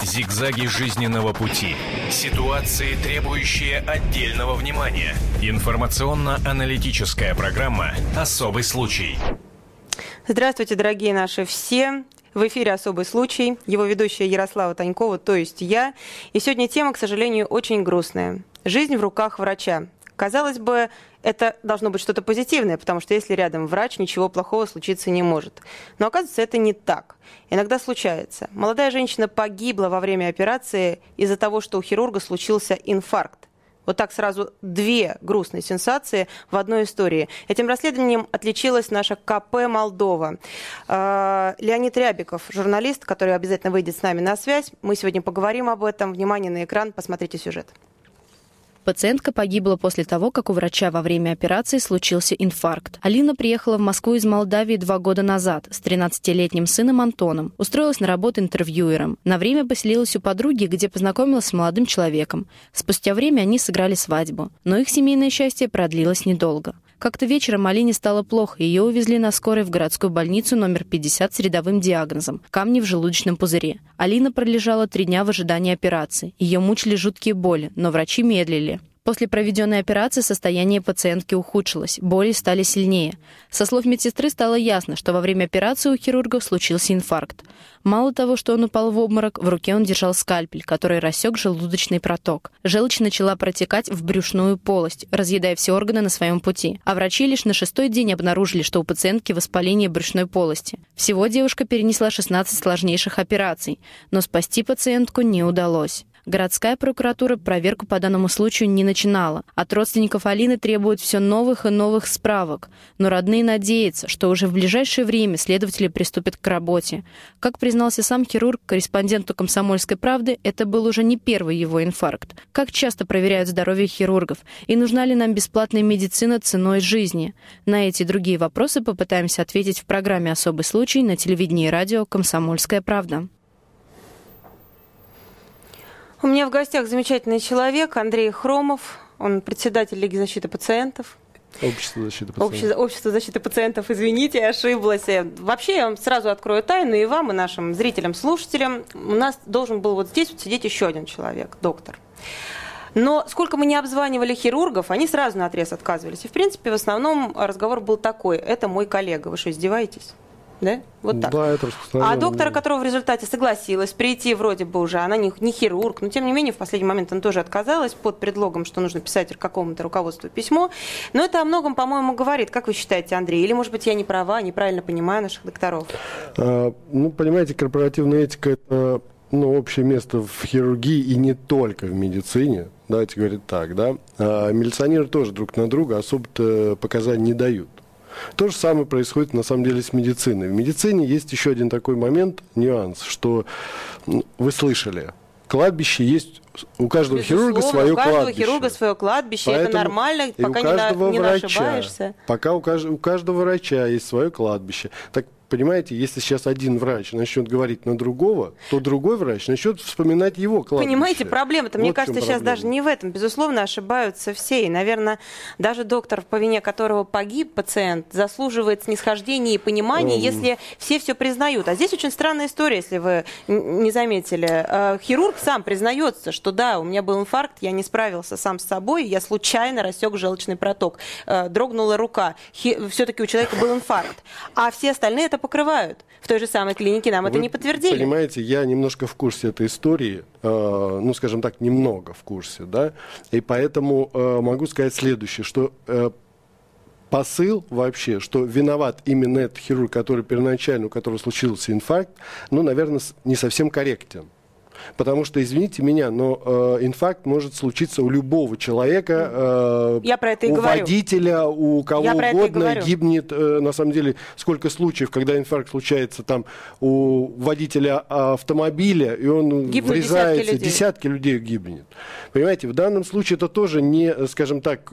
Зигзаги жизненного пути. Ситуации, требующие отдельного внимания. Информационно-аналитическая программа «Особый случай». Здравствуйте, дорогие наши все. В эфире «Особый случай». Его ведущая Ярослава Танькова, то есть я. И сегодня тема, к сожалению, очень грустная. Жизнь в руках врача. Казалось бы, это должно быть что-то позитивное, потому что если рядом врач, ничего плохого случиться не может. Но оказывается, это не так. Иногда случается. Молодая женщина погибла во время операции из-за того, что у хирурга случился инфаркт. Вот так сразу две грустные сенсации в одной истории. Этим расследованием отличилась наша КП «Молдова». Леонид Рябиков, журналист, который обязательно выйдет с нами на связь. Мы сегодня поговорим об этом. Внимание на экран, посмотрите сюжет. Пациентка погибла после того, как у врача во время операции случился инфаркт. Алина приехала в Москву из Молдавии 2 года назад с 13-летним сыном Антоном. Устроилась на работу интервьюером. На время поселилась у подруги, где познакомилась с молодым человеком. Спустя время они сыграли свадьбу. Но их семейное счастье продлилось недолго. Как-то вечером Алине стало плохо, ее увезли на скорой в городскую больницу номер 50 с рядовым диагнозом – камни в желудочном пузыре. Алина пролежала 3 дня в ожидании операции. Ее мучили жуткие боли, но врачи медлили. После проведенной операции состояние пациентки ухудшилось, боли стали сильнее. Со слов медсестры стало ясно, что во время операции у хирурга случился инфаркт. Мало того, что он упал в обморок, в руке он держал скальпель, который рассек желудочный проток. Желчь начала протекать в брюшную полость, разъедая все органы на своем пути. А врачи лишь на 6-й день обнаружили, что у пациентки воспаление брюшной полости. Всего девушка перенесла 16 сложнейших операций, но спасти пациентку не удалось. Городская прокуратура проверку по данному случаю не начинала. От родственников Алины требуют все новых и новых справок. Но родные надеются, что уже в ближайшее время следователи приступят к работе. Как признался сам хирург, корреспонденту «Комсомольской правды», это был уже не первый его инфаркт. Как часто проверяют здоровье хирургов? И нужна ли нам бесплатная медицина ценой жизни? На эти и другие вопросы попытаемся ответить в программе «Особый случай» на телевидении и радио «Комсомольская правда». У меня в гостях замечательный человек Андрей Хромов. Он председатель Лиги защиты пациентов. Общество защиты пациентов. Общество защиты пациентов, извините, я ошиблась. Вообще, я вам сразу открою тайну, и вам, и нашим зрителям, слушателям. У нас должен был вот здесь вот сидеть еще один человек, доктор. Но сколько мы не обзванивали хирургов, они сразу наотрез отказывались. И, в принципе, в основном разговор был такой: это мой коллега, вы что, издеваетесь? Да? Вот так. Да, это распространено. А доктора, которого в результате согласилась прийти, вроде бы уже, она не хирург, но тем не менее в последний момент она тоже отказалась под предлогом, что нужно писать какому-то руководству письмо. Но это о многом, по-моему, говорит. Как вы считаете, Андрей? Или, может быть, я не права, неправильно понимаю наших докторов? Понимаете, корпоративная этика – это общее место в хирургии и не только в медицине. Давайте говорить так, да. Милиционеры тоже друг на друга особо-то показаний не дают. То же самое происходит, на самом деле, с медициной. В медицине есть еще один такой момент, нюанс, что вы слышали, кладбище есть у каждого хирурга свое кладбище. У каждого хирурга свое кладбище, поэтому это нормально, пока не ошибаешься. Пока у каждого врача есть свое кладбище. Так, понимаете, если сейчас один врач начнет говорить на другого, то другой врач начнет вспоминать его кладбище. Понимаете, проблема-то, мне кажется, сейчас даже не в этом. Безусловно, ошибаются все. И, наверное, даже доктор, по вине которого погиб пациент, заслуживает снисхождения и понимания, если все признают. А здесь очень странная история, если вы не заметили. Хирург сам признается, что да, у меня был инфаркт, я не справился сам с собой, я случайно рассек желчный проток, дрогнула рука. Все-таки у человека был инфаркт. А все остальные это покрывают. В той же самой клинике нам это не подтвердили. Понимаете, я немножко в курсе этой истории, скажем так, немного в курсе, да, и поэтому могу сказать следующее, что посыл вообще, что виноват именно этот хирург, который первоначально, у которого случился инфаркт, наверное, не совсем корректен. Потому что, извините меня, но инфаркт может случиться у любого человека, я про это и у говорю. Водителя, у кого угодно, гибнет, на самом деле, сколько случаев, когда инфаркт случается там у водителя автомобиля, и он врезается, десятки людей гибнет. Понимаете, в данном случае это тоже не, скажем так,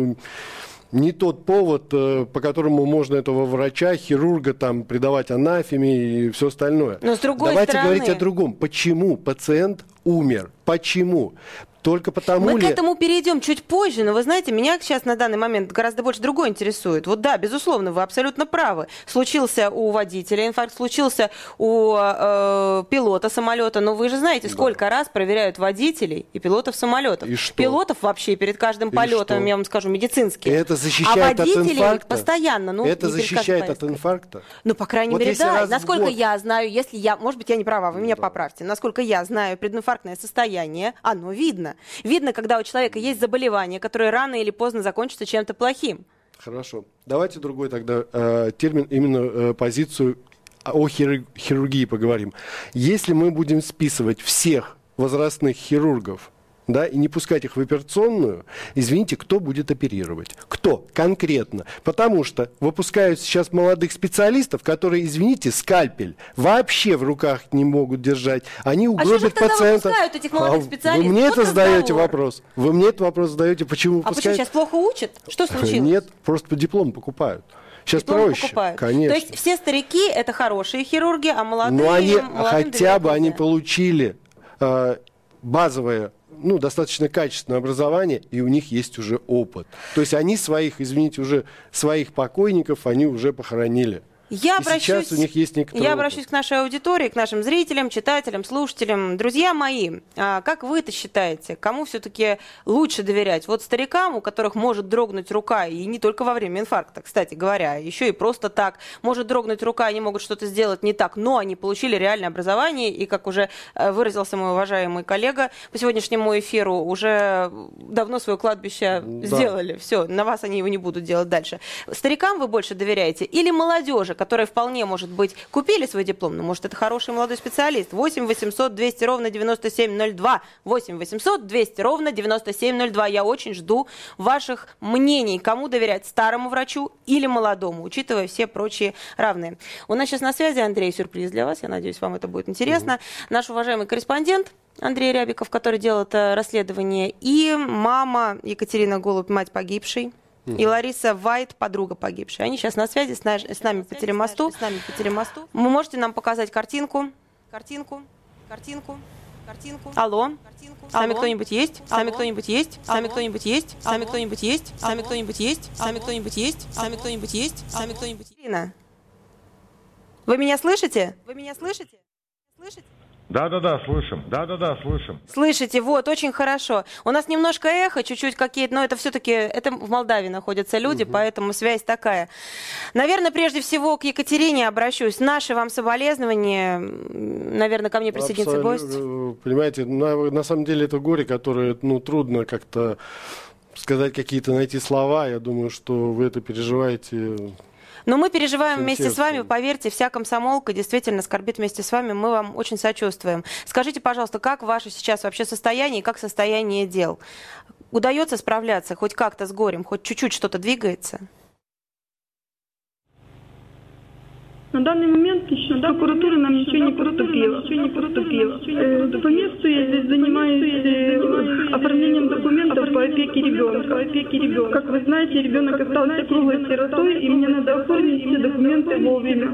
не тот повод, по которому можно этого врача, хирурга там предавать анафеме и все остальное. Но с другой Давайте стороны... говорить о другом. Почему пациент умер? Почему? Только потому Мы к этому перейдем чуть позже, но вы знаете, меня сейчас на данный момент гораздо больше другое интересует. Вот да, безусловно, вы абсолютно правы. Случился у водителя инфаркт, случился у пилота самолета, но вы же знаете, сколько раз проверяют водителей и пилотов самолетов. И что? Пилотов вообще перед каждым полетом, я вам скажу, медицинские. Это защищает от инфаркта? Постоянно. Ну, это защищает от инфаркта? Ну, по крайней мере, да. Насколько я знаю, если я, может быть, я не права, вы меня поправьте. Насколько я знаю, прединфарктное состояние, оно видно. Видно, когда у человека есть заболевание, которое рано или поздно закончится чем-то плохим. Хорошо. Давайте другой тогда термин, именно позицию о хирургии поговорим. Если мы будем списывать всех возрастных хирургов, да, и не пускать их в операционную, извините, кто будет оперировать? Кто конкретно? Потому что выпускают сейчас молодых специалистов, которые, извините, скальпель вообще в руках не могут держать. Они угробят пациента. Выпускают этих молодых специалистов? Вы мне это задаете вопрос? Вы мне этот вопрос задаете, почему выпускают? А почему, сейчас плохо учат? Что случилось? Нет, просто диплом покупают. Сейчас диплом проще, покупают. конечно. То есть все старики это хорошие хирурги, а молодые... Но они хотя бы они получили базовое, ну, достаточно качественное образование, и у них есть уже опыт. То есть они своих, извините, уже своих покойников они уже похоронили. Сейчас у них есть некоторые обращусь к нашей аудитории, к нашим зрителям, читателям, слушателям. Друзья мои, как вы-то считаете, кому все-таки лучше доверять? Вот старикам, у которых может дрогнуть рука, и не только во время инфаркта, кстати говоря, еще и просто так. Может дрогнуть рука, они могут что-то сделать не так, но они получили реальное образование, и, как уже выразился мой уважаемый коллега по сегодняшнему эфиру, уже давно свое кладбище сделали. Все, на вас они его не будут делать дальше. Старикам вы больше доверяете или молодежи, которые вполне, может быть, купили свой диплом, но, может, это хороший молодой специалист. 8 800 200 ровно 9702. 8 800 200 ровно 9702. Я очень жду ваших мнений. Кому доверять, старому врачу или молодому, учитывая все прочие равные. У нас сейчас на связи Андрей, сюрприз для вас. Я надеюсь, вам это будет интересно. Наш уважаемый корреспондент Андрей Рябиков, который делал это расследование, и мама Екатерина Голубь, мать погибшей, и Лариса Вайт, подруга погибшей. Они сейчас на связи с нами по телемосту. Вы можете нам показать картинку? Алло? С нами кто-нибудь есть? С нами кто-нибудь есть? С нами кто-нибудь есть? С нами кто-нибудь есть? С нами кто-нибудь есть? С нами кто-нибудь есть? С нами кто-нибудь есть? С нами кто-нибудь есть? Ирина, вы меня слышите? Вы меня слышите? Да, слышим. Слышим. Слышите, вот, очень хорошо. У нас немножко эхо, чуть-чуть какие-то, но это все-таки, это в Молдавии находятся люди, поэтому связь такая. Наверное, прежде всего к Екатерине обращусь. Наши вам соболезнования, наверное, ко мне присоединится гость. Понимаете, на самом деле это горе, которое, трудно как-то сказать какие-то, найти слова. Я думаю, что вы это переживаете... Но мы переживаем вместе с вами, поверьте, вся комсомолка действительно скорбит вместе с вами, мы вам очень сочувствуем. Скажите, пожалуйста, как ваше сейчас вообще состояние и как состояние дел? Удается справляться хоть как-то с горем, хоть чуть-чуть что-то двигается? На данный момент еще прокуратура нам ничего не поступила. По месту я здесь занимаюсь оформлением документов по опеке ребенка. Как вы знаете, ребенок остался круглой сиротой, и мне надо оформить все документы вовремя.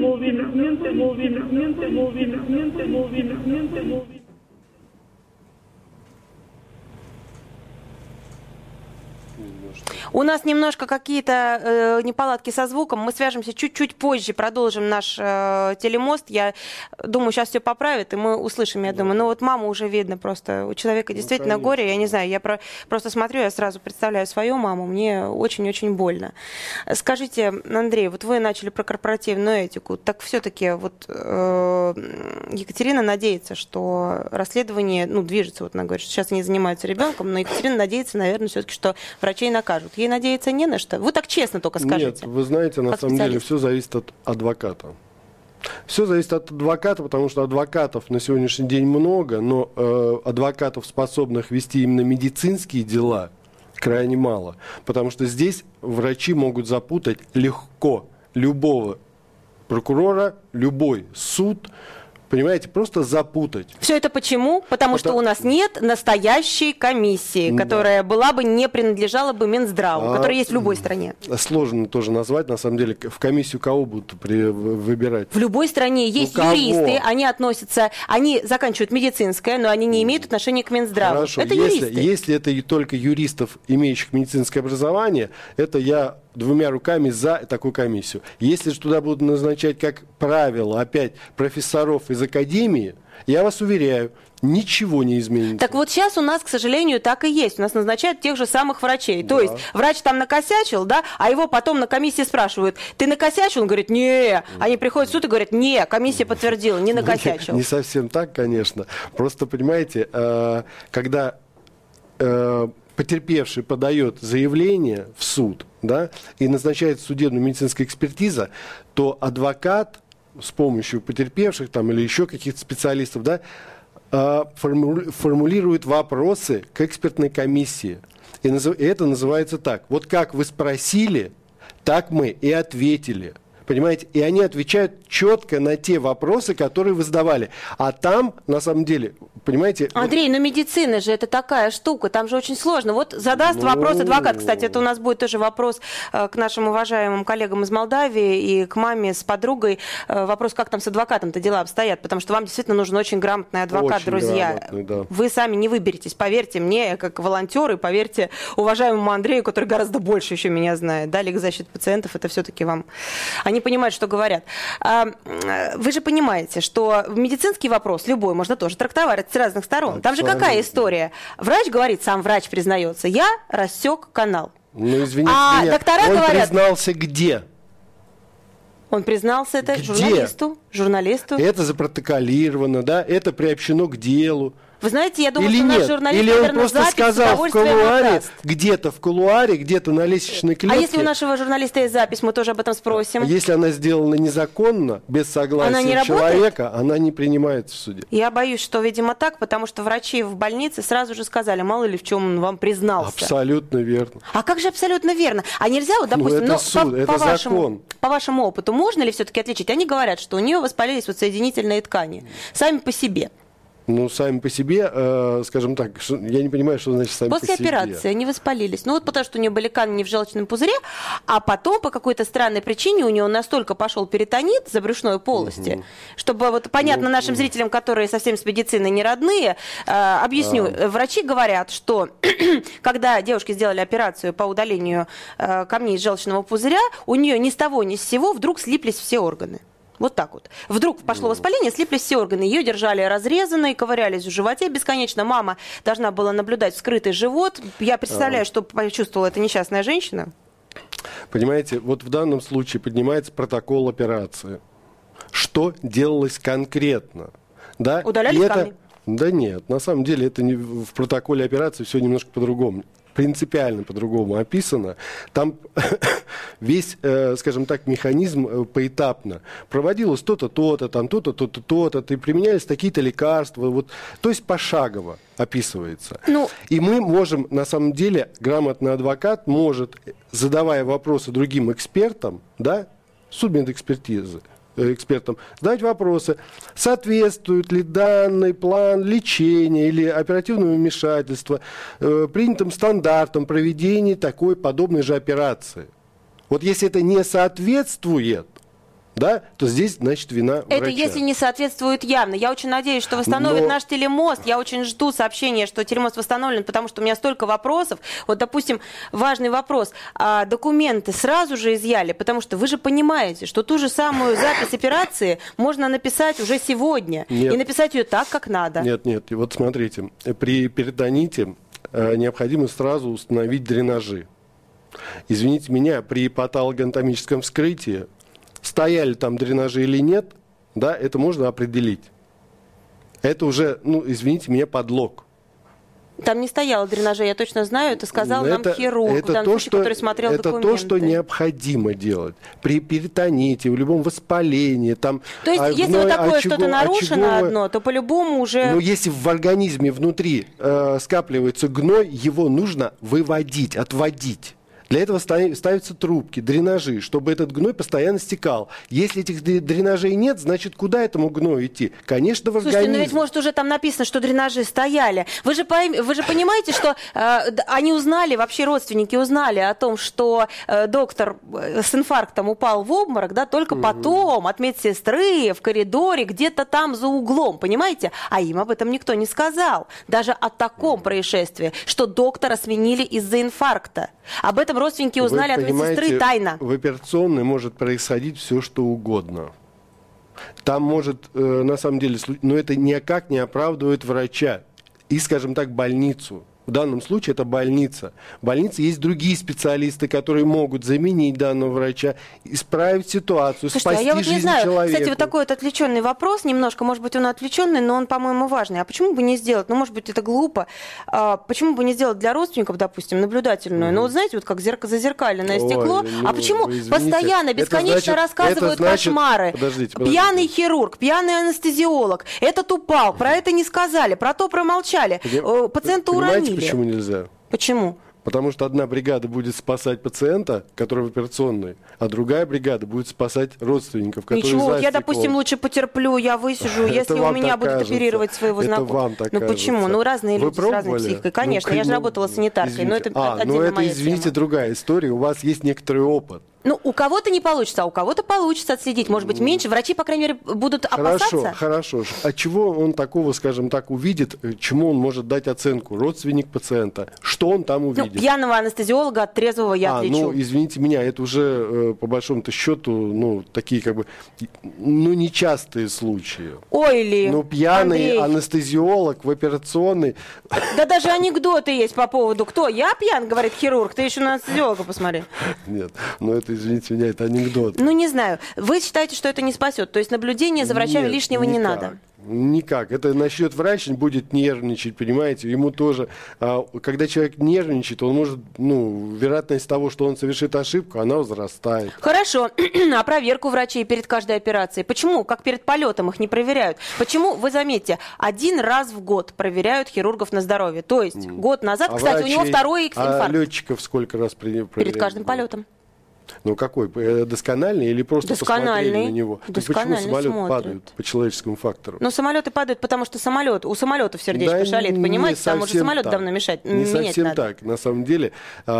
У нас немножко какие-то неполадки со звуком. Мы свяжемся чуть-чуть позже, продолжим наш телемост. Я думаю, сейчас все поправит, и мы услышим, я думаю. Но вот маму уже видно просто. У человека действительно горе. Я не знаю, я просто смотрю, я сразу представляю свою маму. Мне очень-очень больно. Скажите, Андрей, вот вы начали про корпоративную этику. Так все-таки вот Екатерина надеется, что расследование, движется. Вот она говорит, что сейчас они занимаются ребенком, но Екатерина надеется, наверное, все-таки, что врачей накажут. Ей надеяться не на что. Вы так честно только скажите. Нет, вы знаете, на самом деле все зависит от адвоката. Все зависит от адвоката, потому что адвокатов на сегодняшний день много, но адвокатов, способных вести именно медицинские дела, крайне мало. Потому что здесь врачи могут запутать легко любого прокурора, любой суд, Понимаете, просто запутать. Все это почему? Потому что у нас нет настоящей комиссии, которая была бы, не принадлежала бы Минздраву, которая есть в любой стране. Сложно тоже назвать, на самом деле, в комиссию кого будут выбирать? В любой стране есть юристы, они относятся, они заканчивают медицинское, но они не имеют отношения к Минздраву. Хорошо, это юристы. Если это и только юристов, имеющих медицинское образование, это я двумя руками за такую комиссию. Если же туда будут назначать, как правило, опять профессоров из академии, я вас уверяю, ничего не изменится. Так вот сейчас у нас, к сожалению, так и есть. У нас назначают тех же самых врачей. Да. То есть врач там накосячил, да, а его потом на комиссии спрашивают, ты накосячил? Он говорит, не. Они приходят в суд и говорят, не, комиссия подтвердила, не накосячил. Не совсем так, конечно. Просто, понимаете, когда потерпевший подает заявление в суд, да, и назначается судебная медицинская экспертиза, то адвокат с помощью потерпевших там, или еще каких-то специалистов, да, формулирует вопросы к экспертной комиссии. И это называется так. Вот как вы спросили, так мы и ответили. Понимаете? И они отвечают четко на те вопросы, которые вы задавали. А там, на самом деле, понимаете... Андрей, но медицина же это такая штука, там же очень сложно. Вот задаст вопрос адвокат. Кстати, это у нас будет тоже вопрос к нашим уважаемым коллегам из Молдавии и к маме с подругой. Вопрос, как там с адвокатом-то дела обстоят. Потому что вам действительно нужен очень грамотный адвокат, очень друзья. Грамотный, да. Вы сами не выберетесь, поверьте мне, как волонтер, и поверьте уважаемому Андрею, который гораздо больше еще меня знает. Да, Лига защиты пациентов, это все-таки вам... Они понимают, что говорят. Вы же понимаете, что медицинский вопрос любой можно тоже трактовать с разных сторон. Там же какая история? Врач говорит, сам врач признается, я рассек канал. Ну, извините меня, доктора он говорят, признался где? Он признался это где? Журналисту. Это запротоколировано, да? Это приобщено к делу. Вы знаете, я думаю, или что нет? наш журналист, или он наверное, просто сказал в кулуаре, где-то в кулуаре, где-то на лестничной клетке. А если у нашего журналиста есть запись, мы тоже об этом спросим. Если она сделана незаконно, без согласия человека, она не принимается в суде. Я боюсь, что, видимо, так, потому что врачи в больнице сразу же сказали, мало ли в чем он вам признался. Абсолютно верно. А как же абсолютно верно? А нельзя, вот, допустим, это суд, это закон. По вашему опыту, можно ли все-таки отличить? Они говорят, что у нее воспалились вот соединительные ткани, сами по себе. Ну, сами по себе, скажем так, я не понимаю, что значит сами по себе. После операции они воспалились. Ну, вот потому что у нее были камни в желчном пузыре, а потом по какой-то странной причине у нее настолько пошел перитонит забрюшной полости, чтобы вот понятно нашим зрителям, которые совсем с медициной не родные, объясню. Врачи говорят, что когда девушке сделали операцию по удалению камней из желчного пузыря, у нее ни с того ни с сего вдруг слиплись все органы. Вот так вот. Вдруг пошло воспаление, слиплись все органы. Ее держали разрезанной, ковырялись в животе бесконечно. Мама должна была наблюдать вскрытый живот. Я представляю, что почувствовала эта несчастная женщина. Понимаете, вот в данном случае поднимается протокол операции. Что делалось конкретно? Да? Удалялись камни? Да нет, на самом деле это не в протоколе операции все немножко по-другому. Принципиально по-другому описано. Там весь, скажем так, механизм поэтапно. Проводилось то-то, то-то, там то-то, то-то, то-то, и применялись такие-то лекарства. Вот, то есть пошагово описывается. И мы можем, на самом деле, грамотный адвокат может, задавая вопросы другим экспертам, да, судмедэкспертизы, экспертам, задать вопросы, соответствует ли данный план лечения или оперативного вмешательства принятым стандартам проведения такой подобной же операции. Вот если это не соответствует, да, то здесь, значит, вина врача. Это если не соответствует явно. Я очень надеюсь, что восстановят наш телемост. Я очень жду сообщения, что телемост восстановлен, потому что у меня столько вопросов. Вот, допустим, важный вопрос. А документы сразу же изъяли? Потому что вы же понимаете, что ту же самую запись операции можно написать уже сегодня. Нет. И написать ее так, как надо. Нет. И вот смотрите, при перитоните необходимо сразу установить дренажи. Извините меня, при патологоанатомическом вскрытии стояли там дренажи или нет, да, это можно определить. Это уже, извините меня, подлог. Там не стояло дренажа, я точно знаю, это сказал нам хирург, который смотрел документы. Это то, что необходимо делать. При перитоните, в любом воспалении. Там, то есть, если вот такое что-то нарушено одно, то по-любому уже... Но если в организме внутри скапливается гной, его нужно выводить, отводить. Для этого ставятся трубки, дренажи, чтобы этот гной постоянно стекал. Если этих дренажей нет, значит, куда этому гною идти? Конечно, в организм. Слушайте, но ведь, может, уже там написано, что дренажи стояли. Вы же понимаете, что они узнали, вообще родственники узнали о том, что доктор с инфарктом упал в обморок, да, только потом от медсестры в коридоре, где-то там за углом, понимаете? А им об этом никто не сказал. Даже о таком происшествии, что доктора сменили из-за инфаркта. Об этом родственники узнали от медсестры тайно. В операционной может происходить все, что угодно. Там может, на самом деле, но это никак не оправдывает врача и, скажем так, больницу. В данном случае это больница. В больнице есть другие специалисты, которые могут заменить данного врача, исправить ситуацию, спасти я вот жизнь не знаю. человека. Кстати, вот такой вот отвлеченный вопрос, немножко, может быть, он отвлеченный, но он, по-моему, важный. А почему бы не сделать, ну, может быть, это глупо, почему бы не сделать для родственников, допустим, наблюдательную? Ну, вот знаете, вот как зазеркальное стекло. А почему постоянно, бесконечно рассказывают кошмары? Подождите. Пьяный хирург, пьяный анестезиолог, этот упал, про это не сказали, про то промолчали, пациента уронили. Почему нельзя? Почему? Потому что одна бригада будет спасать пациента, который в операционной, а другая бригада будет спасать родственников, которые Ничего, за я, стеклом. допустим, лучше потерплю, я высижу, если у меня будут оперировать своего знакомого. Это вам так Ну почему? Ну разные люди с разной психикой. Конечно, я же работала санитаркой, но это отдельно моя тема. Извините, другая история, у вас есть некоторый опыт. Ну, у кого-то не получится, а у кого-то получится отследить. Может быть, меньше. Врачи, по крайней мере, будут опасаться. Хорошо. А чего он такого, скажем так, увидит, чему он может дать оценку? Родственник пациента. Что он там увидит? Ну, пьяного анестезиолога от трезвого я отличу. Ну, извините меня, это уже, по большому-то счету, ну, такие как бы, ну, нечастые случаи. Ой, ли, Ну, пьяный Андрей. анестезиолог в операционной. Да даже анекдоты есть по поводу, кто? Я пьян, говорит хирург, ты еще на анестезиолога посмотри. Нет, ну это, извините меня, это анекдот. Ну, не знаю. Вы считаете, что это не спасет? То есть наблюдение за врачами Нет, лишнего не надо? Никак. Это насчет врач будет нервничать, понимаете? Ему тоже, когда человек нервничает, он может, ну, вероятность того, что он совершит ошибку, она возрастает. Хорошо. А проверку врачей перед каждой операцией? Почему? Как перед полетом их не проверяют? Почему, вы заметьте, 1 раз в год проверяют хирургов на здоровье? То есть год назад, кстати, у него второй инфаркт. А летчиков сколько раз проверяют? Перед каждым полетом. Ну какой? Доскональный или просто посмотрели на него? Почему самолет падает по человеческому фактору? Ну, самолеты падают, потому что у самолетов сердечко шалит, понимаете? Там уже самолет давно менять надо. Не совсем так. На самом деле,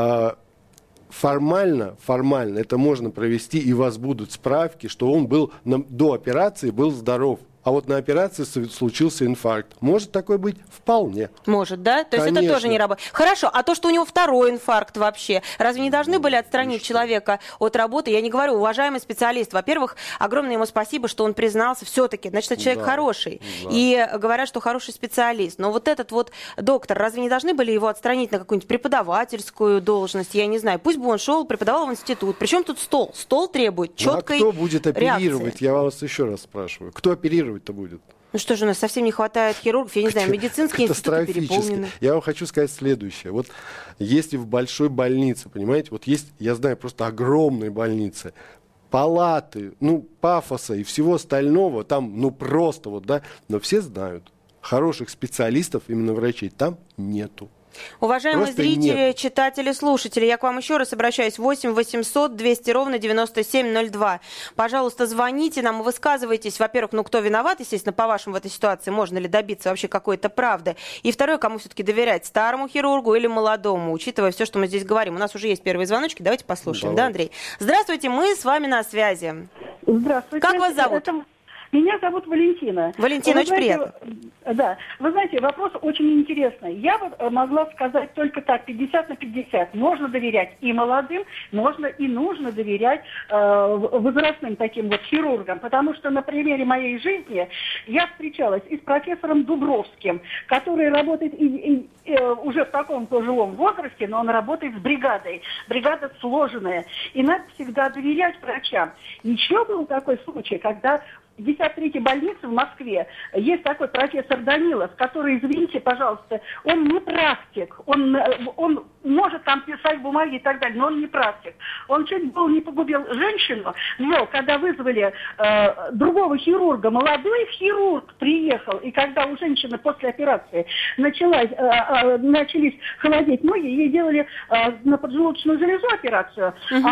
формально это можно провести, и у вас будут справки, что он был до операции был здоров. А вот на операции случился инфаркт. Может такое быть? Вполне. Может, да? То есть Конечно. это тоже не работает. Хорошо, а то, что у него второй инфаркт вообще, разве не должны были отстранить человека от работы? Я не говорю, уважаемый специалист. Во-первых, огромное ему спасибо, что он признался все-таки. Значит, это человек хороший. Да. И говорят, что хороший специалист. Но вот этот вот доктор, разве не должны были его отстранить на какую-нибудь преподавательскую должность? Я не знаю. Пусть бы он шел, преподавал в институт. Причем тут стол? Стол требует четкой реакции. А кто будет оперировать? Реакции. Я вас еще раз спрашиваю. Кто оперировать? Будет. Ну что же, у нас совсем не хватает хирургов, я не знаю, медицинские институты переполнены. Я вам хочу сказать следующее. Вот если в большой больнице, понимаете, вот есть, я знаю, просто огромные больницы, палаты, ну, пафоса и всего остального, там, ну, просто вот, да, но все знают, хороших специалистов, именно врачей, там нету. Уважаемые зрители, читатели, слушатели, я к вам еще раз обращаюсь. 8 800 200 ровно 9702. Пожалуйста, звоните нам и высказывайтесь. Во-первых, ну кто виноват, естественно, по-вашему в этой ситуации, можно ли добиться вообще какой-то правды. И второе, кому все-таки доверять, старому хирургу или молодому, учитывая все, что мы здесь говорим. У нас уже есть первые звоночки, давайте послушаем. Да, Андрей? Здравствуйте, мы с вами на связи. Здравствуйте. Как вас зовут? Меня зовут Валентина. Валентина, очень приятно. Да. Вы знаете, вопрос очень интересный. Я вот могла сказать только так, 50 на 50. Можно доверять и молодым, можно и нужно доверять возрастным таким вот хирургам. Потому что на примере моей жизни я встречалась и с профессором Дубровским, который работает уже в таком пожилом возрасте, но он работает с бригадой. Бригада сложная. И надо всегда доверять врачам. Еще был такой случай, когда 53-й больнице в Москве есть такой профессор Данилов, который, извините, пожалуйста, он не практик, он может там писать бумаги и так далее, но он не практик. Он чуть было не погубил женщину, но когда вызвали другого хирурга, молодой хирург приехал, и когда у женщины после операции начались холодеть ноги, ей делали на поджелудочную железу операцию,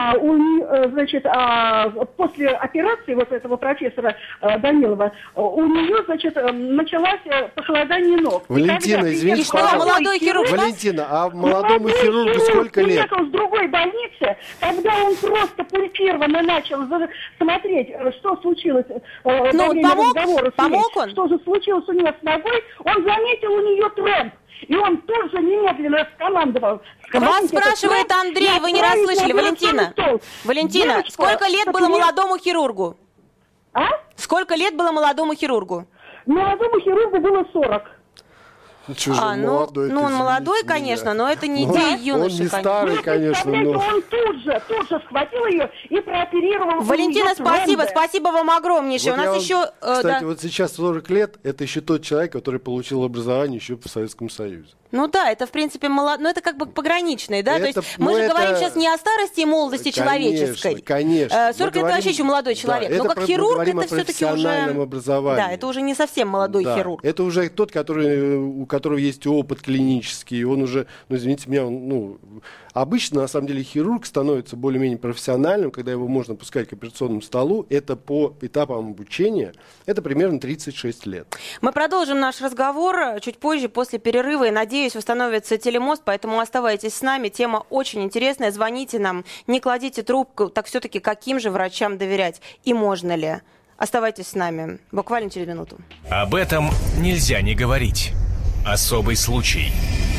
после операции вот этого профессора Данилова, у нее, значит, началось похолодание ног. Валентина, извините, молодой хирург. Валентина, а молодому хирургу сколько лет? Приехал с другой больницы, когда он просто пульпированно начал смотреть, что случилось во время разговора с ней, что же случилось у нее с ногой, он заметил у нее тромб. И он тоже немедленно скомандовал. Вас спрашивает Андрей, вы не расслышали. Валентина, сколько лет было молодому хирургу? А? Сколько лет было молодому хирургу? Молодому хирургу было 40. Молодой, он молодой, конечно, но это не юноша. Он не старый, конечно, но... Он тут же схватил ее и прооперировал. Валентина, спасибо вам огромнейшее. Вот у нас еще... Кстати, вот сейчас 40 лет, это еще тот человек, который получил образование еще в Советском Союзе. Ну да, это в принципе это как бы пограничное, да? То есть мы же говорим сейчас не о старости и молодости человеческой. Конечно. 40 лет вообще еще молодой человек. Но как хирург это все-таки уже... Да, это уже не совсем молодой хирург. Это уже тот, у которого есть опыт клинический, он уже, извините меня, обычно, на самом деле, хирург становится более-менее профессиональным, когда его можно пускать к операционному столу. Это по этапам обучения, это примерно 36 лет. Мы продолжим наш разговор чуть позже, после перерыва, и, надеюсь, восстановится телемост, поэтому оставайтесь с нами. Тема очень интересная. Звоните нам, не кладите трубку. Так все-таки каким же врачам доверять и можно ли? Оставайтесь с нами. Буквально через минуту. Об этом нельзя не говорить. Особый случай.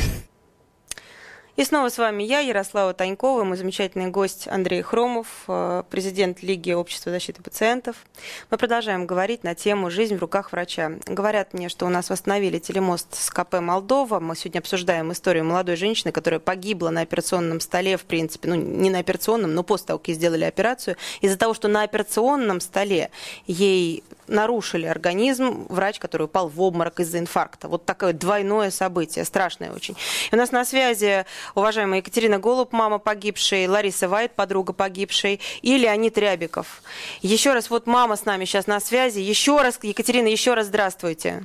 И снова с вами я, Ярослава Танькова, мой замечательный гость Андрей Хромов, президент Лиги общества защиты пациентов. Мы продолжаем говорить на тему «Жизнь в руках врача». Говорят мне, что у нас восстановили телемост с КП «Молдова». Мы сегодня обсуждаем историю молодой женщины, которая погибла на операционном столе, в принципе, не на операционном, но после того, как ей сделали операцию. Из-за того, что на операционном столе ей нарушили организм, врач, который упал в обморок из-за инфаркта. Вот такое двойное событие, страшное очень. И у нас на связи уважаемая Екатерина Голуб, мама погибшей, Лариса Вайт, подруга погибшей, и Леонид Рябиков. Еще раз, вот мама с нами сейчас на связи. Еще раз, Екатерина, еще раз здравствуйте.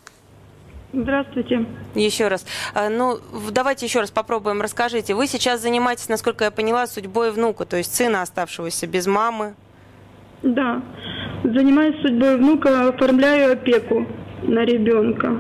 Здравствуйте. Еще раз. Давайте еще раз попробуем. Расскажите, вы сейчас занимаетесь, насколько я поняла, судьбой внука, то есть сына, оставшегося без мамы? Да. Занимаюсь судьбой внука, оформляю опеку на ребенка.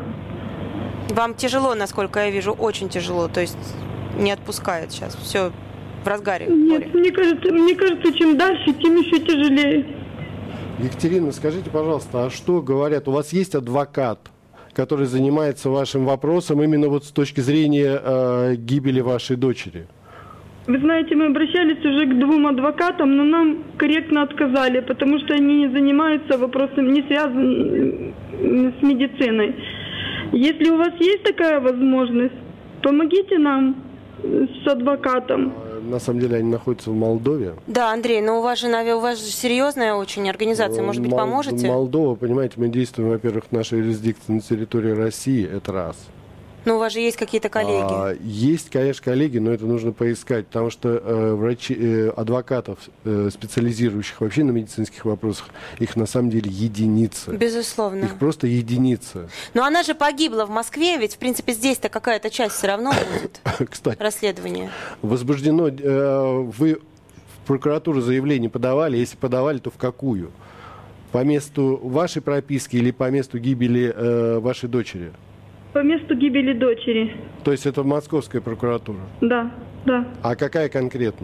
Вам тяжело, насколько я вижу, очень тяжело, то есть не отпускает сейчас, все в разгаре. Нет, мне кажется, чем дальше, тем еще тяжелее. Екатерина, скажите, пожалуйста, а что говорят? У вас есть адвокат, который занимается вашим вопросом именно вот с точки зрения гибели вашей дочери? Вы знаете, мы обращались уже к 2 адвокатам, но нам корректно отказали, потому что они не занимаются вопросом, не связанным с медициной. Если у вас есть такая возможность, помогите нам с адвокатом. На самом деле они находятся в Молдове. Да, Андрей, но у вас же серьезная очень организация, может быть, поможете? Молдова, понимаете, мы действуем, во-первых, в нашей юрисдикции на территории России, это раз. Но у вас же есть какие-то коллеги? Есть, конечно, коллеги, но это нужно поискать, потому что адвокатов, специализирующих вообще на медицинских вопросах, их на самом деле единицы. Безусловно. Их просто единицы. Но она же погибла в Москве, ведь, в принципе, здесь-то какая-то часть все равно будет. Кстати, расследование. Возбуждено, вы в прокуратуру заявление подавали, если подавали, то в какую? По месту вашей прописки или по месту гибели вашей дочери? По месту гибели дочери. То есть это московская прокуратура? Да, да. А какая конкретно?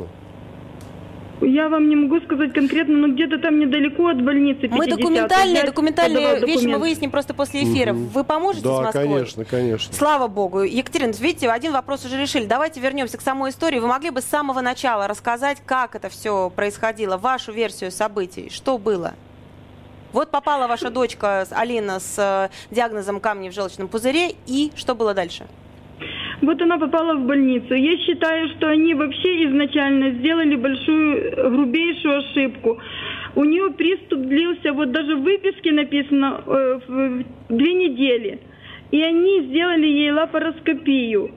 Я вам не могу сказать конкретно, но где-то там недалеко от больницы 50. Мы документальные вещи мы выясним просто после эфира. Вы поможете с Москвой? Да, конечно. Слава богу. Екатерина, видите, один вопрос уже решили. Давайте вернемся к самой истории. Вы могли бы с самого начала рассказать, как это все происходило, вашу версию событий, что было? Вот попала ваша дочка Алина с диагнозом камни в желчном пузыре, и что было дальше? Вот она попала в больницу. Я считаю, что они вообще изначально сделали грубейшую ошибку. У нее приступ длился, вот даже в выписке написано, 2 недели. И они сделали ей лапароскопию.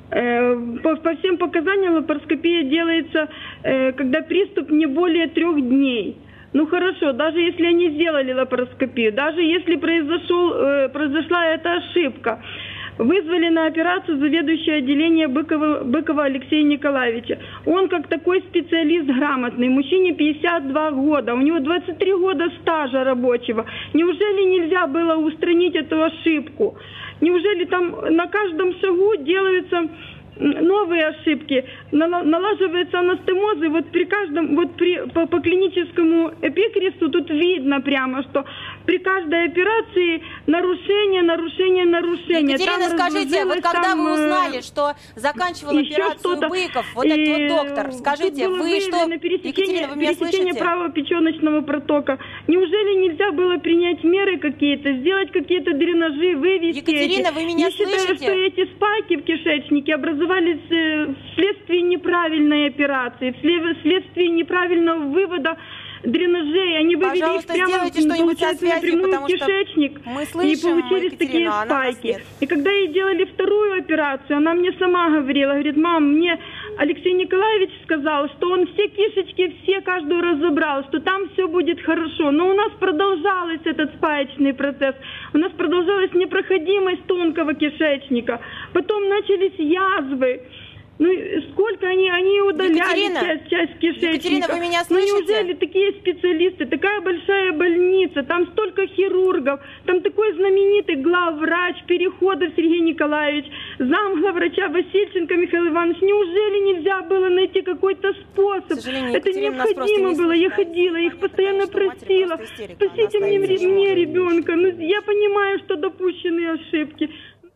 По всем показаниям лапароскопия делается, когда приступ не более 3 дней. Ну хорошо, даже если они сделали лапароскопию, даже если произошла эта ошибка, вызвали на операцию заведующее отделение Быкова Алексея Николаевича. Он как такой специалист грамотный, мужчине 52 года, у него 23 года стажа рабочего. Неужели нельзя было устранить эту ошибку? Неужели там на каждом шагу делаются новые ошибки, налаживается анастемоз, и вот при каждом, вот по клиническому эпикрису тут видно прямо, что при каждой операции нарушение. Екатерина, скажите, вот когда вы узнали, что заканчивал операцию Быков, вот этот вот доктор, скажите, вы что, Екатерина, вы меня слышите? Пересечение правого печеночного протока. Неужели нельзя было принять меры какие-то, сделать какие-то дренажи, вывести Екатерина, вы меня слышите? Я считаю, что эти спайки в кишечнике образовались вследствие неправильной операции, вследствие неправильного вывода дренажей. Они вывели их прямо, получается, напрямую в кишечник, и получились такие спайки. И когда ей делали вторую операцию, она мне сама говорила, говорит: мам, мне Алексей Николаевич сказал, что он все кишечки, каждую разобрал, что там все будет хорошо. Но у нас продолжался этот спаечный процесс, у нас продолжалась непроходимость тонкого кишечника, потом начались язвы. Ну, сколько они удаляли часть кишечника. Екатерина, вы меня слышите? Ну, неужели такие специалисты, такая большая больница, там столько хирургов, там такой знаменитый главврач Переходов Сергей Николаевич, замглавврача Васильченко Михаил Иванович. Неужели нельзя было найти какой-то способ? Это необходимо было. Я ходила, их постоянно просила: спасите мне ребенка. Ну, я понимаю, что допущены ошибки.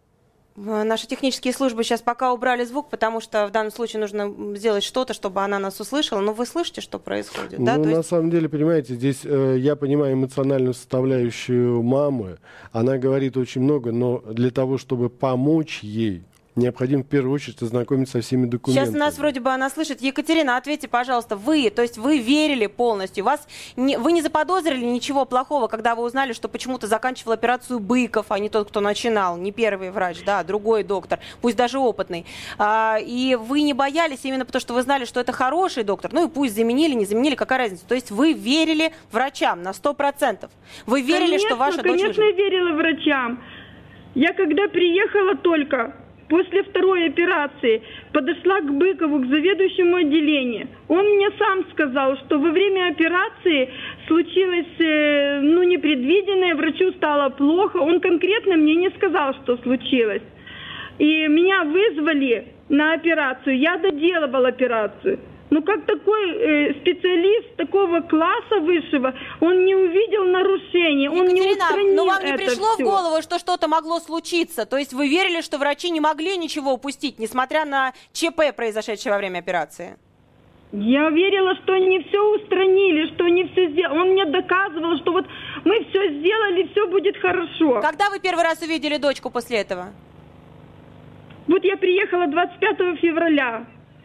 Наши технические службы сейчас пока убрали звук, потому что в данном случае нужно сделать что-то, чтобы она нас услышала. Но вы слышите, что происходит? Ну, да? на самом деле, понимаете, здесь я понимаю эмоциональную составляющую мамы. Она говорит очень много, но для того, чтобы помочь ей, необходимо в первую очередь ознакомиться со всеми документами. Сейчас нас вроде бы она слышит. Екатерина, ответьте, пожалуйста, вы верили полностью, вы не заподозрили ничего плохого, когда вы узнали, что почему-то заканчивал операцию Быков, а не тот, кто начинал, не первый врач, да, другой доктор, пусть даже опытный. И вы не боялись именно потому, что вы знали, что это хороший доктор, ну и пусть заменили, не заменили, какая разница. То есть вы верили врачам на 100%. Вы верили, конечно, что ваша дочь... Конечно, я верила врачам. Я когда приехала только... После второй операции подошла к Быкову, к заведующему отделению. Он мне сам сказал, что во время операции случилось непредвиденное, врачу стало плохо. Он конкретно мне не сказал, что случилось. И меня вызвали на операцию. Я доделывала операцию. Ну как такой специалист такого класса высшего, он не увидел нарушений, он не устранил это. Но вам не пришло в голову, что что-то могло случиться? То есть вы верили, что врачи не могли ничего упустить, несмотря на ЧП, произошедшее во время операции? Я верила, что они все устранили, что они все сделали. Он мне доказывал, что вот мы все сделали, все будет хорошо. Когда вы первый раз увидели дочку после этого? Вот я приехала 25 февраля.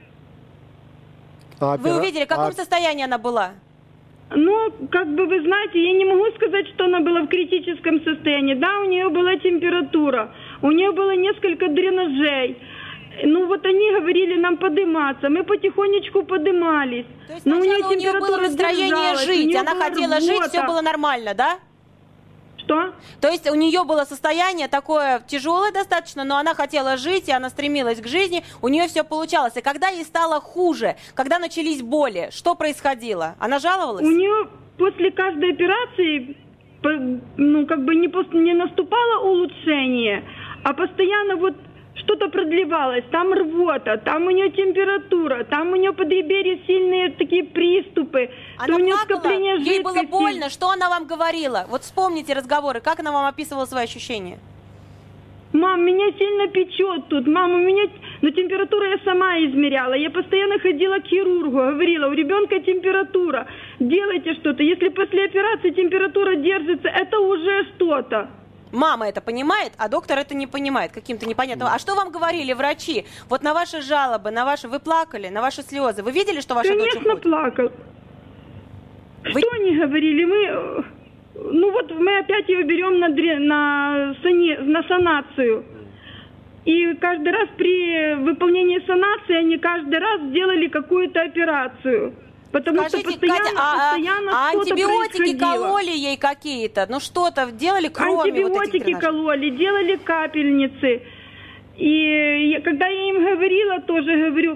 Вы увидели, в каком состоянии она была? Ну, как бы вы знаете, я не могу сказать, что она была в критическом состоянии. Да, у нее была температура, у нее было несколько дренажей. Ну, вот они говорили нам подниматься, мы потихонечку поднимались. То есть сначала у нее было настроение жить, она хотела жить, все было нормально, да? Что? То есть у нее было состояние такое тяжелое достаточно, но она хотела жить, и она стремилась к жизни, у нее все получалось. И когда ей стало хуже, когда начались боли, что происходило? Она жаловалась? У нее после каждой операции, не наступало улучшение, а постоянно вот что-то продлевалось, там рвота, там у нее температура, там у нее под реберьем сильные такие приступы. Она у нее плакала? скопление жидкости. Ей было больно? Что она вам говорила? Вот вспомните разговоры, как она вам описывала свои ощущения? Мам, меня сильно печет тут. Мам, у меня... Но температуру я сама измеряла. Я постоянно ходила к хирургу, говорила: у ребенка температура, делайте что-то. Если после операции температура держится, это уже что-то. Мама это понимает, а доктор это не понимает каким-то непонятным. А что вам говорили врачи? Вот на ваши жалобы, вы плакали, на ваши слезы. Вы видели, что ваша дочь уходит? Конечно, плакал. Что они говорили? Мы опять ее берем на санацию. И каждый раз при выполнении санации они каждый раз делали какую-то операцию. Потому Скажите, что постоянно, Катя, постоянно антибиотики происходило. кололи ей какие-то? Ну что-то делали, кроме антибиотики кололи, делали капельницы. И когда я им говорила, тоже говорю,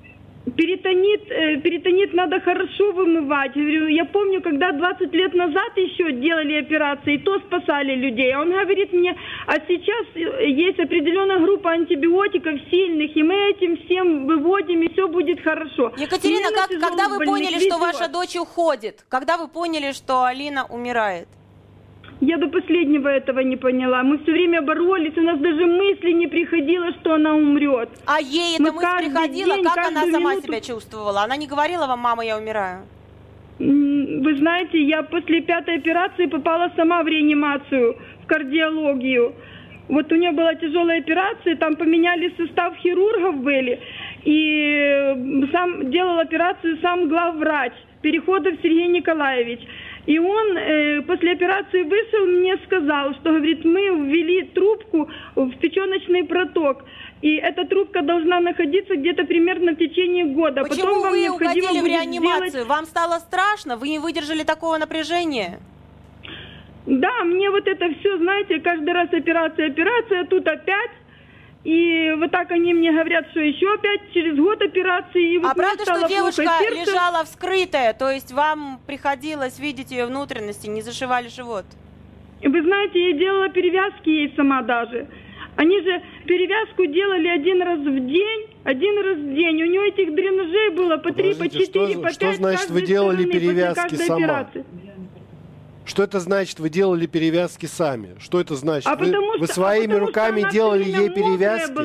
перитонит надо хорошо вымывать. Говорю, я помню, когда 20 лет назад еще делали операции, то спасали людей. А он говорит мне, а сейчас есть определенная группа антибиотиков сильных, и мы этим всем выводим, и все будет хорошо. Екатерина, когда вы поняли, что ваша дочь уходит? Когда вы поняли, что Алина умирает? Я до последнего этого не поняла. Мы все время боролись, у нас даже мысли не приходило, что она умрет. А ей эта мысль приходила? Как она сама себя чувствовала? Она не говорила вам: мама, я умираю? Вы знаете, я после 5-й операции попала сама в реанимацию, в кардиологию. Вот у нее была тяжелая операция, там поменяли состав хирургов были, и сам делал операцию сам главврач Переходов Сергей Николаевич. И он после операции вышел, мне сказал, что, говорит, мы ввели трубку в печеночный проток. И эта трубка должна находиться где-то примерно в течение года. Почему потом вы угодили в реанимацию? Сделать... Вам стало страшно? Вы не выдержали такого напряжения? Да, мне вот это все, знаете, каждый раз операция, тут опять. И вот так они мне говорят, что еще опять через год операции. И вот а правда, что девушка сердце... лежала вскрытая? То есть вам приходилось видеть ее внутренности, не зашивали живот? Вы знаете, я делала перевязки ей сама даже. Они же перевязку делали один раз в день. У нее этих дренажей было по 3, по 4, по 5. Что значит вы делали перевязки сама? Операции. Что это значит, вы делали перевязки сами? Что это значит? Вы своими потому руками делали ей перевязки?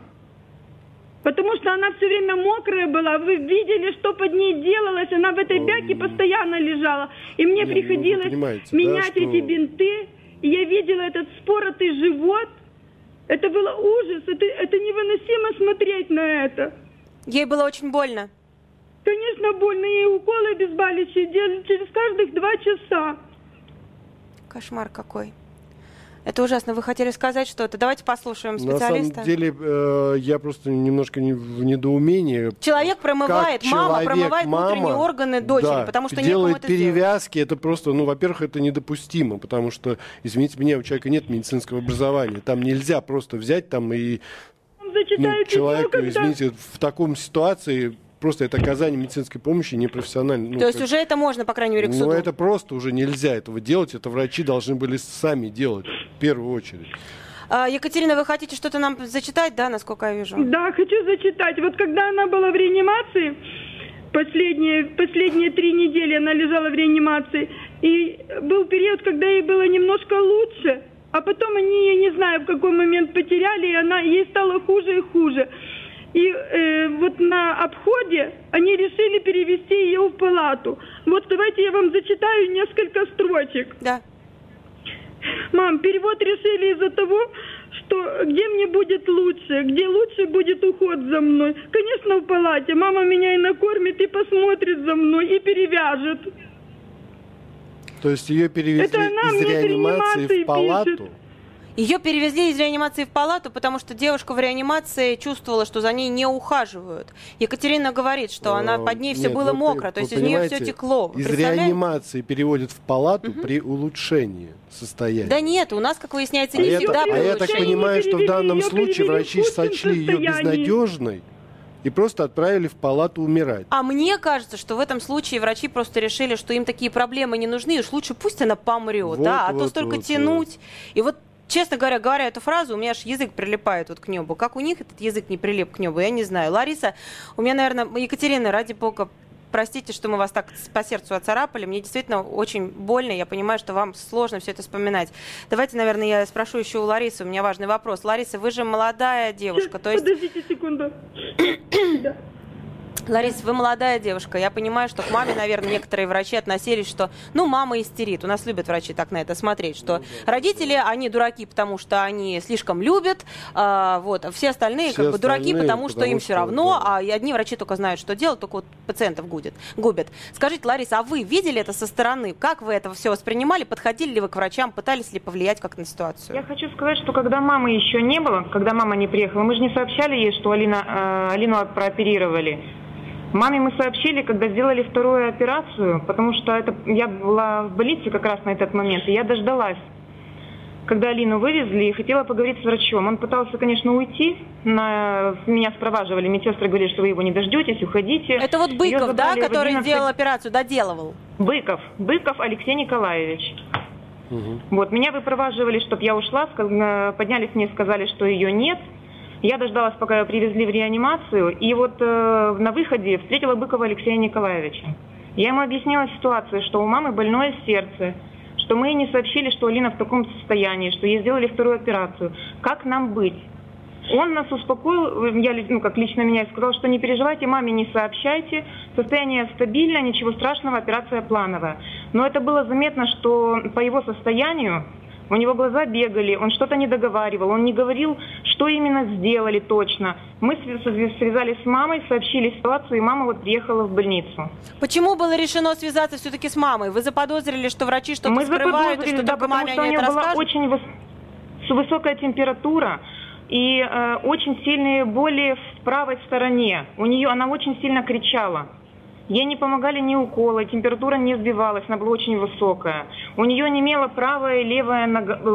Потому что она все время мокрая была. Вы видели, что под ней делалось. Она в этой бяке постоянно лежала. И мне приходилось менять эти бинты. И я видела этот споротый живот. Это было ужас. Это невыносимо смотреть на это. Ей было очень больно? Конечно, больно. Ей уколы обезболивающие делали через каждых 2 часа. Кошмар какой. Это ужасно. Вы хотели сказать что-то? Давайте послушаем специалиста. На самом деле, я просто немножко в недоумении. Человек промывает, мама промывает внутренние органы дочери, потому что делает перевязки. Это просто, во-первых, это недопустимо, потому что, извините меня, у человека нет медицинского образования. Там нельзя просто взять там и человеку, извините, в таком ситуации... Просто это оказание медицинской помощи непрофессионально. То есть уже это можно, по крайней мере, к суду? Ну, это просто уже нельзя этого делать. Это врачи должны были сами делать, в первую очередь. Екатерина, вы хотите что-то нам зачитать, да, насколько я вижу? Да, хочу зачитать. Вот когда она была в реанимации, последние 3 недели она лежала в реанимации, и был период, когда ей было немножко лучше, а потом они ее, не знаю, в какой момент потеряли, и ей стало хуже и хуже. И вот на обходе они решили перевести ее в палату. Вот давайте я вам зачитаю несколько строчек. Да. Мам, перевод решили из-за того, что где мне будет лучше, где лучше будет уход за мной. Конечно, в палате. Мама меня и накормит, и посмотрит за мной, и перевяжет. То есть ее перевезли из реанимации в палату? Пишет. Ее перевезли из реанимации в палату, потому что девушка в реанимации чувствовала, что за ней не ухаживают. Екатерина говорит, что она под ней все было мокро, то есть из нее все текло. Из реанимации переводят в палату при улучшении состояния. Да нет, у нас, как выясняется, не всегда при улучшении. Я так понимаю, что в данном случае врачи сочли ее безнадежной и просто отправили в палату умирать. А мне кажется, что в этом случае врачи просто решили, что им такие проблемы не нужны, уж лучше пусть она помрет, а то столько тянуть. И вот честно говоря эту фразу, у меня аж язык прилипает вот к небу. Как у них этот язык не прилип к небу, я не знаю. Лариса, у меня, наверное, Екатерина, ради бога, простите, что мы вас так по сердцу оцарапали. Мне действительно очень больно. Я понимаю, что вам сложно все это вспоминать. Давайте, наверное, я спрошу еще у Ларисы. У меня важный вопрос. Лариса, вы же молодая девушка. То есть... Подождите секунду. Лариса, вы молодая девушка. Я понимаю, что к маме, наверное, некоторые врачи относились, что, мама истерит. У нас любят врачи так на это смотреть, что родители, они дураки, потому что они слишком любят, а все остальные Все дураки, потому что им что, все равно, да. а одни врачи только знают, что делать, только вот пациентов губят. Скажите, Лариса, а вы видели это со стороны? Как вы это все воспринимали? Подходили ли вы к врачам? Пытались ли повлиять как на ситуацию? Я хочу сказать, что когда мамы еще не было, когда мама не приехала, мы же не сообщали ей, что Алину прооперировали. Маме мы сообщили, когда сделали вторую операцию, потому что я была в больнице как раз на этот момент, и я дождалась, когда Алину вывезли, и хотела поговорить с врачом. Он пытался, конечно, уйти, меня спроваживали, медсестры говорили, что вы его не дождетесь, уходите. Это вот Быков, да, который делал операцию, доделывал? Быков Алексей Николаевич. Вот, меня выпроваживали, чтобы я ушла, поднялись мне, сказали, что ее нет. Я дождалась, пока ее привезли в реанимацию, и вот на выходе встретила Быкова Алексея Николаевича. Я ему объяснила ситуацию, что у мамы больное сердце, что мы ей не сообщили, что Алина в таком состоянии, что ей сделали вторую операцию. Как нам быть? Он нас успокоил, как лично меня, сказал, что не переживайте, маме не сообщайте, состояние стабильное, ничего страшного, операция плановая. Но это было заметно, что по его состоянию у него глаза бегали, он что-то не договаривал, он не говорил, что именно сделали точно. Мы связались с мамой, сообщили ситуацию, и мама вот приехала в больницу. Почему было решено связаться все-таки с мамой? Вы заподозрили, что врачи что-то скрывают, и что только маме они это расскажут? Потому что у нее была очень высокая температура и очень сильные боли в правой стороне. Она очень сильно кричала. Ей не помогали ни уколы, температура не сбивалась, она была очень высокая. У нее немела правая и левая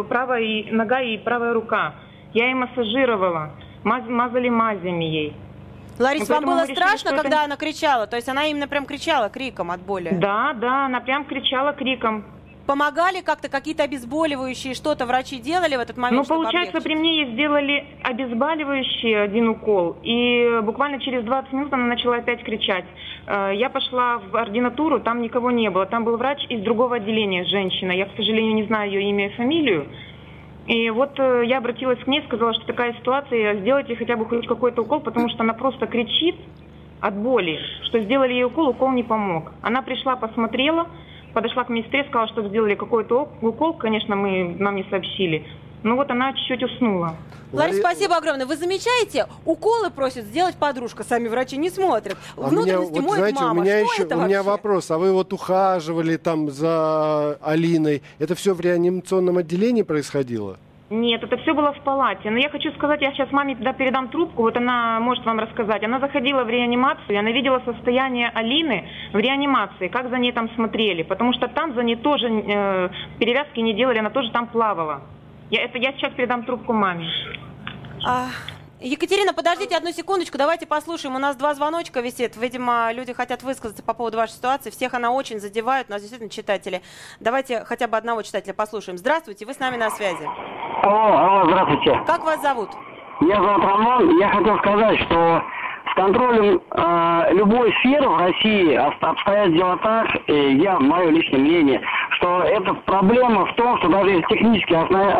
нога и правая рука. Я ей массажировала, мазали мазями ей. Лариса, вам было страшно, когда она кричала? То есть она именно прям кричала криком от боли? Да, она прям кричала криком. Помогали как-то какие-то обезболивающие, что-то врачи делали в этот момент? Получается, при мне ей сделали обезболивающий один укол, и буквально через 20 минут она начала опять кричать. Я пошла в ординатуру, там никого не было, там был врач из другого отделения, женщина, я, к сожалению, не знаю ее имя и фамилию. И вот я обратилась к ней, сказала, что такая ситуация, сделайте хотя бы хоть какой-то укол, потому что она просто кричит от боли, что сделали ей укол не помог. Она пришла, посмотрела, подошла к медсестре, сказала, что сделали какой-то укол, конечно, нам не сообщили. Ну вот она чуть-чуть уснула. Лариса, спасибо огромное. Вы замечаете, уколы просит сделать подружка, сами врачи не смотрят. Внутренности моет мама. У меня вопрос. А вы ухаживали там за Алиной? Это все в реанимационном отделении происходило? Нет, это все было в палате. Но я хочу сказать, я сейчас маме передам трубку, вот она может вам рассказать. Она заходила в реанимацию, она видела состояние Алины в реанимации, как за ней там смотрели. Потому что там за ней тоже перевязки не делали, она тоже там плавала. Я сейчас передам трубку маме. Екатерина, подождите одну секундочку, давайте послушаем. У нас 2 звоночка висит. Видимо, люди хотят высказаться по поводу вашей ситуации. Всех она очень задевает. У нас действительно читатели. Давайте хотя бы одного читателя послушаем. Здравствуйте, вы с нами на связи. Алло, здравствуйте. Как вас зовут? Меня зовут Роман. Я хотел сказать, что с контролем любой сферы в России обстоят дела так, мое личное мнение, что эта проблема в том, что даже если технически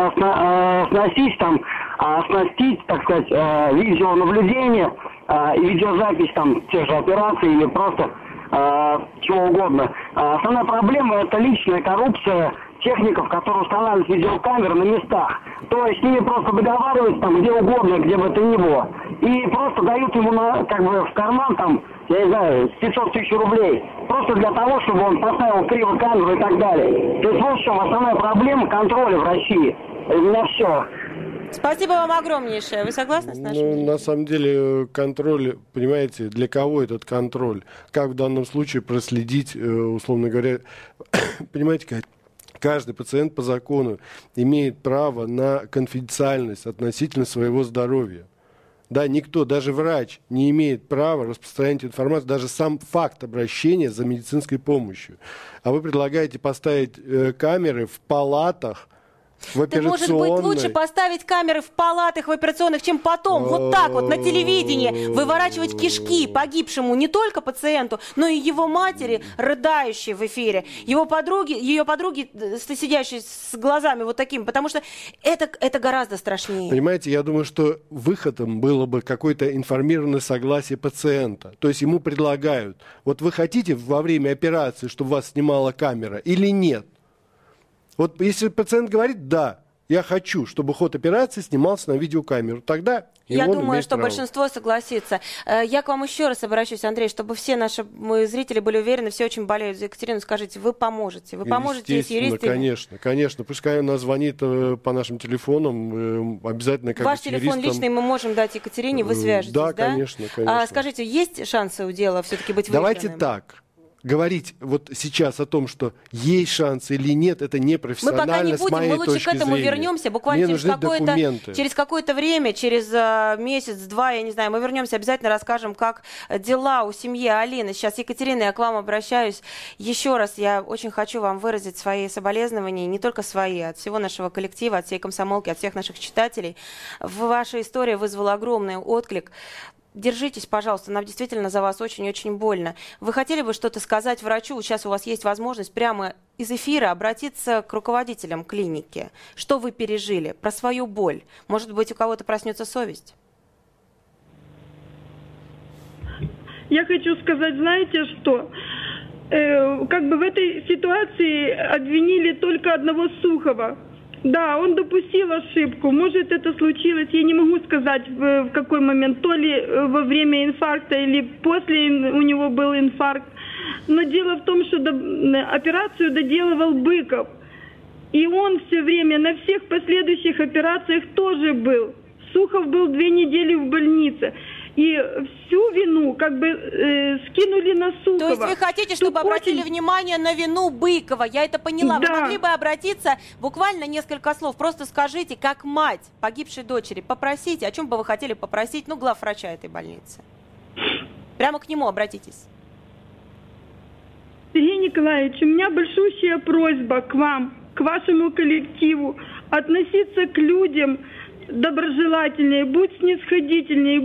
оснастить, так сказать, видеонаблюдение и видеозапись тех же операций или просто чего угодно. Основная проблема – это личная коррупция техников, которые устанавливают видеокамеры на местах. То есть с ними просто договариваются где угодно, где бы то ни было. И просто дают ему в карман, я не знаю, 500 тысяч рублей. Просто для того, чтобы он поставил криво камеру и так далее. То есть вот в чем основная проблема контроля в России. У меня все. Спасибо вам огромнейшее. Вы согласны с нашим? На самом деле контроль, понимаете, для кого этот контроль? Как в данном случае проследить, условно говоря, понимаете, каждый пациент по закону имеет право на конфиденциальность относительно своего здоровья. Да, никто, даже врач, не имеет права распространять информацию, даже сам факт обращения за медицинской помощью. А вы предлагаете поставить камеры в палатах, в операционной. Ты, может быть, лучше поставить камеры в палатах в операционных, чем потом вот так вот на телевидении выворачивать кишки погибшему не только пациенту, но и его матери, рыдающей в эфире, ее подруги, сидящие с глазами вот такими, потому что это гораздо страшнее. Понимаете, я думаю, что выходом было бы какое-то информированное согласие пациента. То есть ему предлагают, вот вы хотите во время операции, чтобы вас снимала камера или нет? Вот если пациент говорит, да, я хочу, чтобы ход операции снимался на видеокамеру, тогда я думаю, что большинство согласится. Я к вам еще раз обращусь, Андрей, чтобы все наши зрители были уверены, все очень болеют за Екатерину. Скажите, вы поможете? Вы поможете с юристами? Конечно. Пускай она звонит по нашим телефонам, обязательно как Ваш телефон личный мы можем дать Екатерине, вы свяжетесь, да? Да, конечно. Скажите, есть шансы у дела все-таки быть выигранным? Давайте так. Говорить вот сейчас о том, что есть шансы или нет, это непрофессионально, с моей точки зрения. Мы лучше к этому вернемся, буквально через какое-то время, через месяц-два, я не знаю, мы вернемся, обязательно расскажем, как дела у семьи Алины. Сейчас, Екатерина, я к вам обращаюсь. Еще раз, я очень хочу вам выразить свои соболезнования, не только свои, от всего нашего коллектива, от всей комсомолки, от всех наших читателей. Ваша история вызвала огромный отклик. Держитесь, пожалуйста, нам действительно за вас очень-очень больно. Вы хотели бы что-то сказать врачу? Сейчас у вас есть возможность прямо из эфира обратиться к руководителям клиники. Что вы пережили? Про свою боль. Может быть, у кого-то проснется совесть? Я хочу сказать, знаете что? Как бы в этой ситуации обвинили только одного Сухова. Да, он допустил ошибку. Может, это случилось, я не могу сказать в какой момент, то ли во время инфаркта или после у него был инфаркт. Но дело в том, что операцию доделывал Быков. И он все время на всех последующих операциях тоже был. Сухов был 2 недели в больнице. И всю вину как бы скинули на Сухова. То есть вы хотите, чтобы обратили внимание на вину Быкова? Я это поняла. Да. Вы могли бы обратиться, буквально несколько слов. Просто скажите, как мать погибшей дочери, попросите, о чем бы вы хотели попросить, главврача этой больницы. Прямо к нему обратитесь. Сергей Николаевич, у меня большущая просьба к вам, к вашему коллективу, относиться к людям доброжелательнее, быть снисходительнее,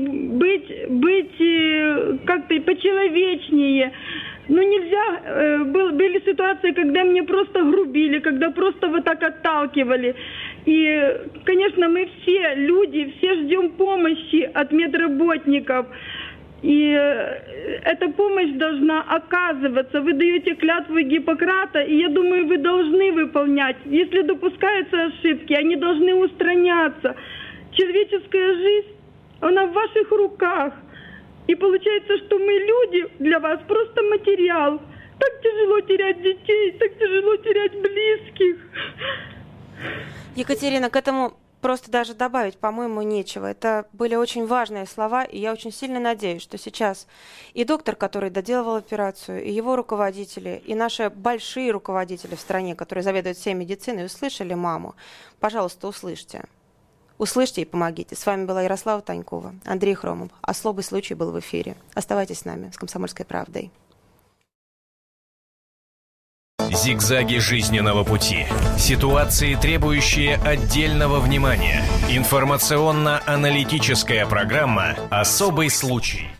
быть как-то почеловечнее. Нельзя, были ситуации, когда мне просто грубили, когда просто вот так отталкивали. И, конечно, мы все люди, все ждем помощи от медработников. И эта помощь должна оказываться. Вы даете клятву Гиппократа, и я думаю, вы должны выполнять. Если допускаются ошибки, они должны устраняться. Человеческая жизнь, она в ваших руках. И получается, что мы люди для вас просто материал. Так тяжело терять детей, так тяжело терять близких. Екатерина, к этому просто даже добавить, по-моему, нечего. Это были очень важные слова, и я очень сильно надеюсь, что сейчас и доктор, который доделывал операцию, и его руководители, и наши большие руководители в стране, которые заведуют всей медициной, услышали маму. Пожалуйста, услышьте. Услышьте и помогите. С вами была Ярослава Танькова, Андрей Хромов. Особый случай был в эфире. Оставайтесь с нами, с «Комсомольской правдой». Зигзаги жизненного пути. Ситуации, требующие отдельного внимания. Информационно-аналитическая программа «Особый случай».